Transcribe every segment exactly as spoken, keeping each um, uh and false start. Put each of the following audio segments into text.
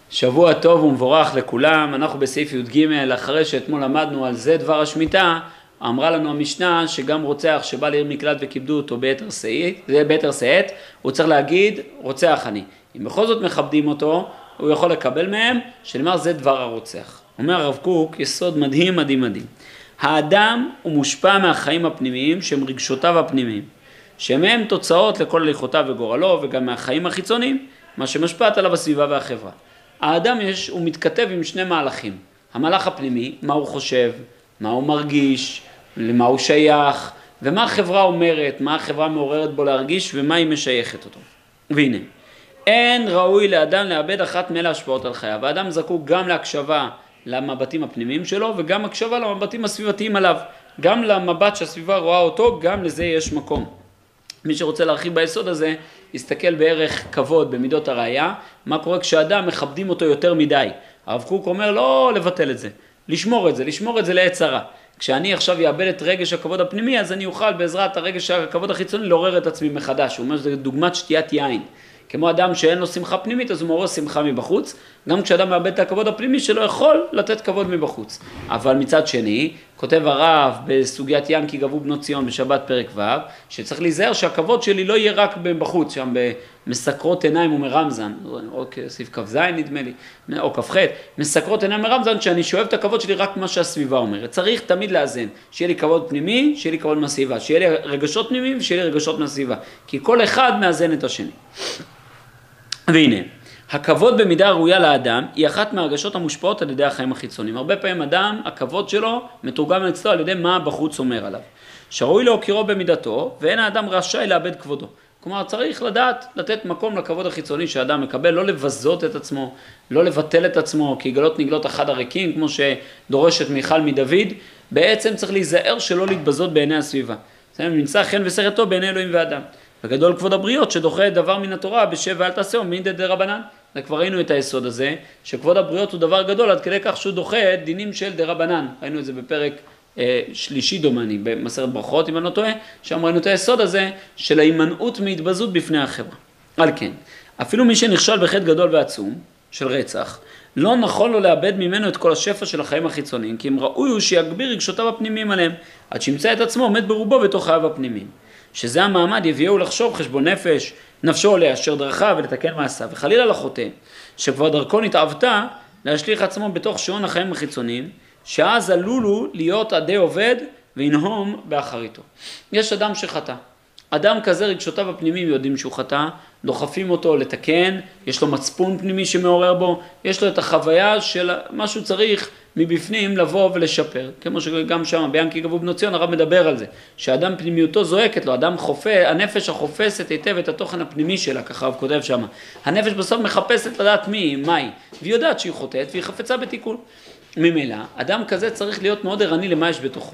שבוע טוב ומבורך לכולם, אנחנו בסעיף י"ג, אחרי שאתמול למדנו על זה דבר השמיטה, אמרה לנו המשנה שגם רוצח שבא לעיר מקלט וכיבדו אותו ביתר שאת, זה ביתר שאת, הוא צריך להגיד רוצח אני. אם בכל זאת מכבדים אותו, הוא יכול לקבל מהם, שנאמר זה דבר הרוצח. אומר הרב קוק, יסוד מדהים מדהים מדהים. האדם הוא מושפע מהחיים הפנימיים שהם רגשותיו הפנימיים, שמהם תוצאות לכל הליכותיו וגורלו וגם מהחיים החיצוניים, מה שמשפעת עליו הסביבה והחברה. האדם יש, הוא מתכתב עם שני מהלכים. המהלך הפנימי, מה הוא חושב, מה הוא מרגיש, למה הוא שייך, ומה החברה אומרת, מה החברה מעוררת בו להרגיש, ומה היא משייכת אותו. והנה, אין ראוי לאדם לאבד אחת מאלה השפעות על חייו. האדם זקוק גם להקשבה למבטים הפנימיים שלו, וגם הקשבה למבטים הסביבתיים עליו. גם למבט שהסביבה רואה אותו, גם לזה יש מקום. מי שרוצה להרחיב ביסוד הזה, יסתכל בערך כבוד במידות הראייה, מה קורה כשאדם מכבדים אותו יותר מדי. הרב קוק אומר לא לבטל את זה, לשמור את זה, לשמור את זה לעת רע. כשאני עכשיו יאבד את רגש הכבוד הפנימי, אז אני אוכל בעזרת הרגש הכבוד החיצוני לעורר את עצמי מחדש. הוא אומר שזה דוגמת שתיית יין. כמו אדם שאין לו שמחה פנימית, אז הוא מעורר שמחה מבחוץ. גם כשאדם מאבד את הכבוד הפנימי שלו, יכול לתת כבוד מבחוץ. אבל מצד שני, כותב הרב בסוגיית ים כי גבו בנות ציון בשבת פרק ו', שצריך להיזהר שהכבוד שלי לא יהיה רק בחוץ, שם במסקרות עיניים ומרמזן, או סעיף כ"ז נדמה לי, או כ"ח, מסקרות עיניים ומרמזן, שאני שואב את הכבוד שלי רק מה שהסביבה אומרת. צריך תמיד לאזן, שיהיה לי כבוד פנימי, שיהיה לי כבוד מהסביבה, שיהיה לי רגשות פנימיים ושיהיה לי רגשות מהסביבה, כי כל אחד מאזן את השני. והנה, הכבוד במידה ראויה לאדם היא אחת מהרגשות המושפעות על ידי החיים החיצוניים. הרבה פעמים אדם, הכבוד שלו מתורגם אצלו על ידי מה בחוץ אומר עליו. שראוי להוקירו במידתו, ואין האדם רשאי לאבד כבודו. כלומר, צריך לדעת לתת מקום לכבוד החיצוני שהאדם מקבל, לא לבזות את עצמו, לא לבטל את עצמו, כי גלות נגלות אחד הריקים, כמו שדורשת מיכל מדוד, בעצם צריך להיזהר שלא להתבזות בעיני הסביבה. זה נמצא חן ושכל טוב בעיני אלוהים ואדם. וגדול כבוד הבריות שדוחה דבר מן התורה בשב ואל תעשהו מדין דרבנן. כבר ראינו את היסוד הזה, שכבוד הבריות הוא דבר גדול עד כדי כך שהוא דוחה דינים של דרבנן. ראינו את זה בפרק אה, שלישי דומני, במסכת ברכות אם אני לא טועה, שם ראינו את היסוד הזה של ההימנעות מהתבזות בפני החברה. על כן, אפילו מי שנכשל בחטא גדול ועצום של רצח, לא נכון לו לאבד ממנו את כל השפע של החיים החיצוניים, כי אם ראוי הוא שיגביר רגשותיו הפנימיים עליהם, עד שימצא את עצמו עומד ברובו בתוך חייו הפנימיים. שזה המעמד יביאו לחשוב חשבון נפש, נפשו לאשר דרכיו ולתקן מעשיו, וחלילה לחוטא, שכבר דרכו נתעבתה להשליך עצמו בתוך שעון החיים החיצוניים, שאז עלולו להיות עדי עובד וינהום באחריתו. יש אדם שחטא. אדם כזה רגשותיו הפנימיים יודעים שהוא חטא, דוחפים אותו לתקן, יש לו מצפון פנימי שמעורר בו, יש לו את החוויה של מה שהוא צריך מבפנים לבוא ולשפר. כמו שגם שם ביין כי גבו בנות ציון הרב מדבר על זה, שאדם פנימיותו זועקת לו, אדם חופש, הנפש החופשת היטב את התוכן הפנימי שלה, ככה הרב כותב שם. הנפש בסוף מחפשת לדעת מי, מהי, והיא יודעת שהיא חוטאת והיא חפצה בתיקון. ממילא, אדם כזה צריך להיות מאוד ערני למה יש בתוכו,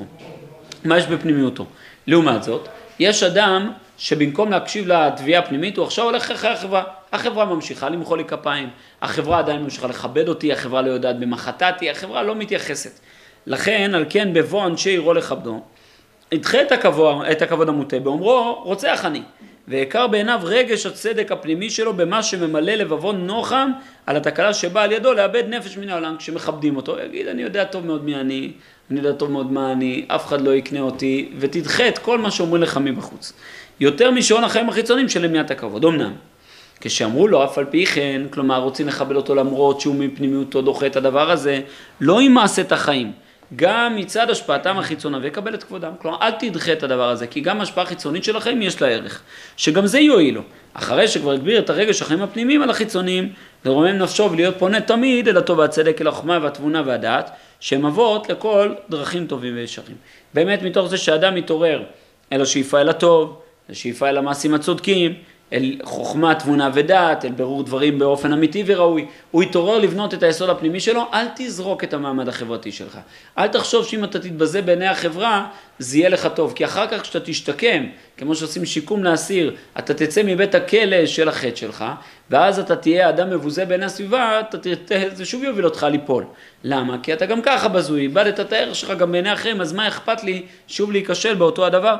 מה יש בפנימיותו. לעומת זאת, יש אדם שבמקום להקשיב לתביעה הפנימית, הוא עכשיו הולך אחרי החברה. החברה ממשיכה למחוא לי כפיים, החברה עדיין ממשיכה לכבד אותי, החברה לא יודעת במה חטאתי, החברה לא מתייחסת. לכן, על כן, בבוא אנשי עירו לכבדו, ידחה את הכבוד, את הכבוד המוטה, באומרו, רוצח אני. ועיקר בעיניו רגש הצדק הפנימי שלו במה שממלא לבבו נוחם על התקלה שבאה על ידו לאבד נפש מן העולם. כשמכבדים אותו, יגיד, אני יודע טוב מאוד מי אני, אני יודע טוב מאוד מה אני, אף אחד לא יקנה אותי, ותדחה את כל מה שאומרים לך מבחוץ. יותר משעון החיים החיצוניים של למניעת הכבוד. אמנם, כשאמרו לו אף על פי כן, כלומר רוצים לכבד אותו למרות שהוא מפנימיותו דוחה את הדבר הזה, לא ימעשה את החיים, גם מצד השפעתם החיצונה ויקבל את כבודם. כלומר, אל תדחה את הדבר הזה, כי גם השפעה חיצונית של החיים יש לה ערך, שגם זה יועיל לו. אחרי שכבר הגביר את הרגש החיים הפנימיים על החיצוניים, לרומם נפשו ולהיות פונה תמיד אל הטוב והצדק, אל החוכמה והתבונה והדעת, שהם אבות לכל דרכים טובים וישרים. באמת מתוך זה שאדם מתעורר אל השאיפה אל הטוב, השאיפה אל המעשים הצודקים, אל חוכמה, תבונה ודעת, אל ברור דברים באופן אמיתי וראוי. הוא יתעורר לבנות את היסוד הפנימי שלו, אל תזרוק את המעמד החברתי שלך. אל תחשוב שאם אתה תתבזה בעיני החברה, זה יהיה לך טוב. כי אחר כך כשאתה תשתקם, כמו שעושים שיקום לאסיר, אתה תצא מבית הכלא של החטא שלך, ואז אתה תהיה אדם מבוזה בעיני הסביבה, אתה תראה, זה שוב יוביל אותך ליפול. למה? כי אתה גם ככה בזוי, איבדת את הערך שלך גם בעיני אחרים, אז מה אכפת לי שוב להיכשל באותו הדבר?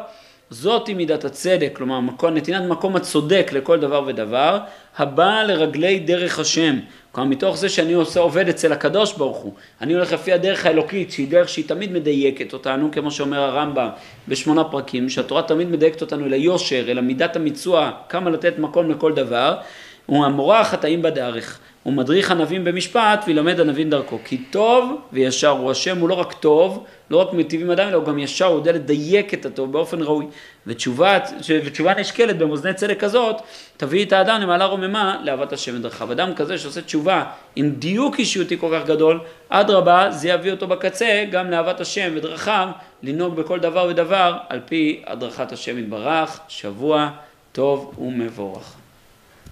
זאת היא מידת הצדק, כלומר מקום, נתינת מקום הצודק לכל דבר ודבר, הבא לרגלי דרך השם. כלומר מתוך זה שאני עושה, עובד אצל הקדוש ברוך הוא, אני הולך לפי הדרך האלוקית, שהיא דרך שהיא תמיד מדייקת אותנו, כמו שאומר הרמב"ם בשמונה פרקים, שהתורה תמיד מדייקת אותנו אל היושר, אל המידת המצווה, כמה לתת מקום לכל דבר, הוא המורה החטאים בדרך. הוא מדריך ענבים במשפט וילמד ענבים דרכו. כי טוב וישר הוא השם, הוא לא רק טוב, לא רק מטיב עם אדם, אלא הוא גם ישר, הוא יודע לדייק את הטוב באופן ראוי. ותשובה, ותשובה נשקלת במאזני צדק כזאת, תביא את האדם למעלה רוממה לאהבת השם ודרכיו. אדם כזה שעושה תשובה עם דיוק אישיותי כל כך גדול, אדרבה, זה יביא אותו בקצה גם לאהבת השם ודרכיו, לנהוג בכל דבר ודבר על פי הדרכת השם יתברך. שבוע טוב ומבורך.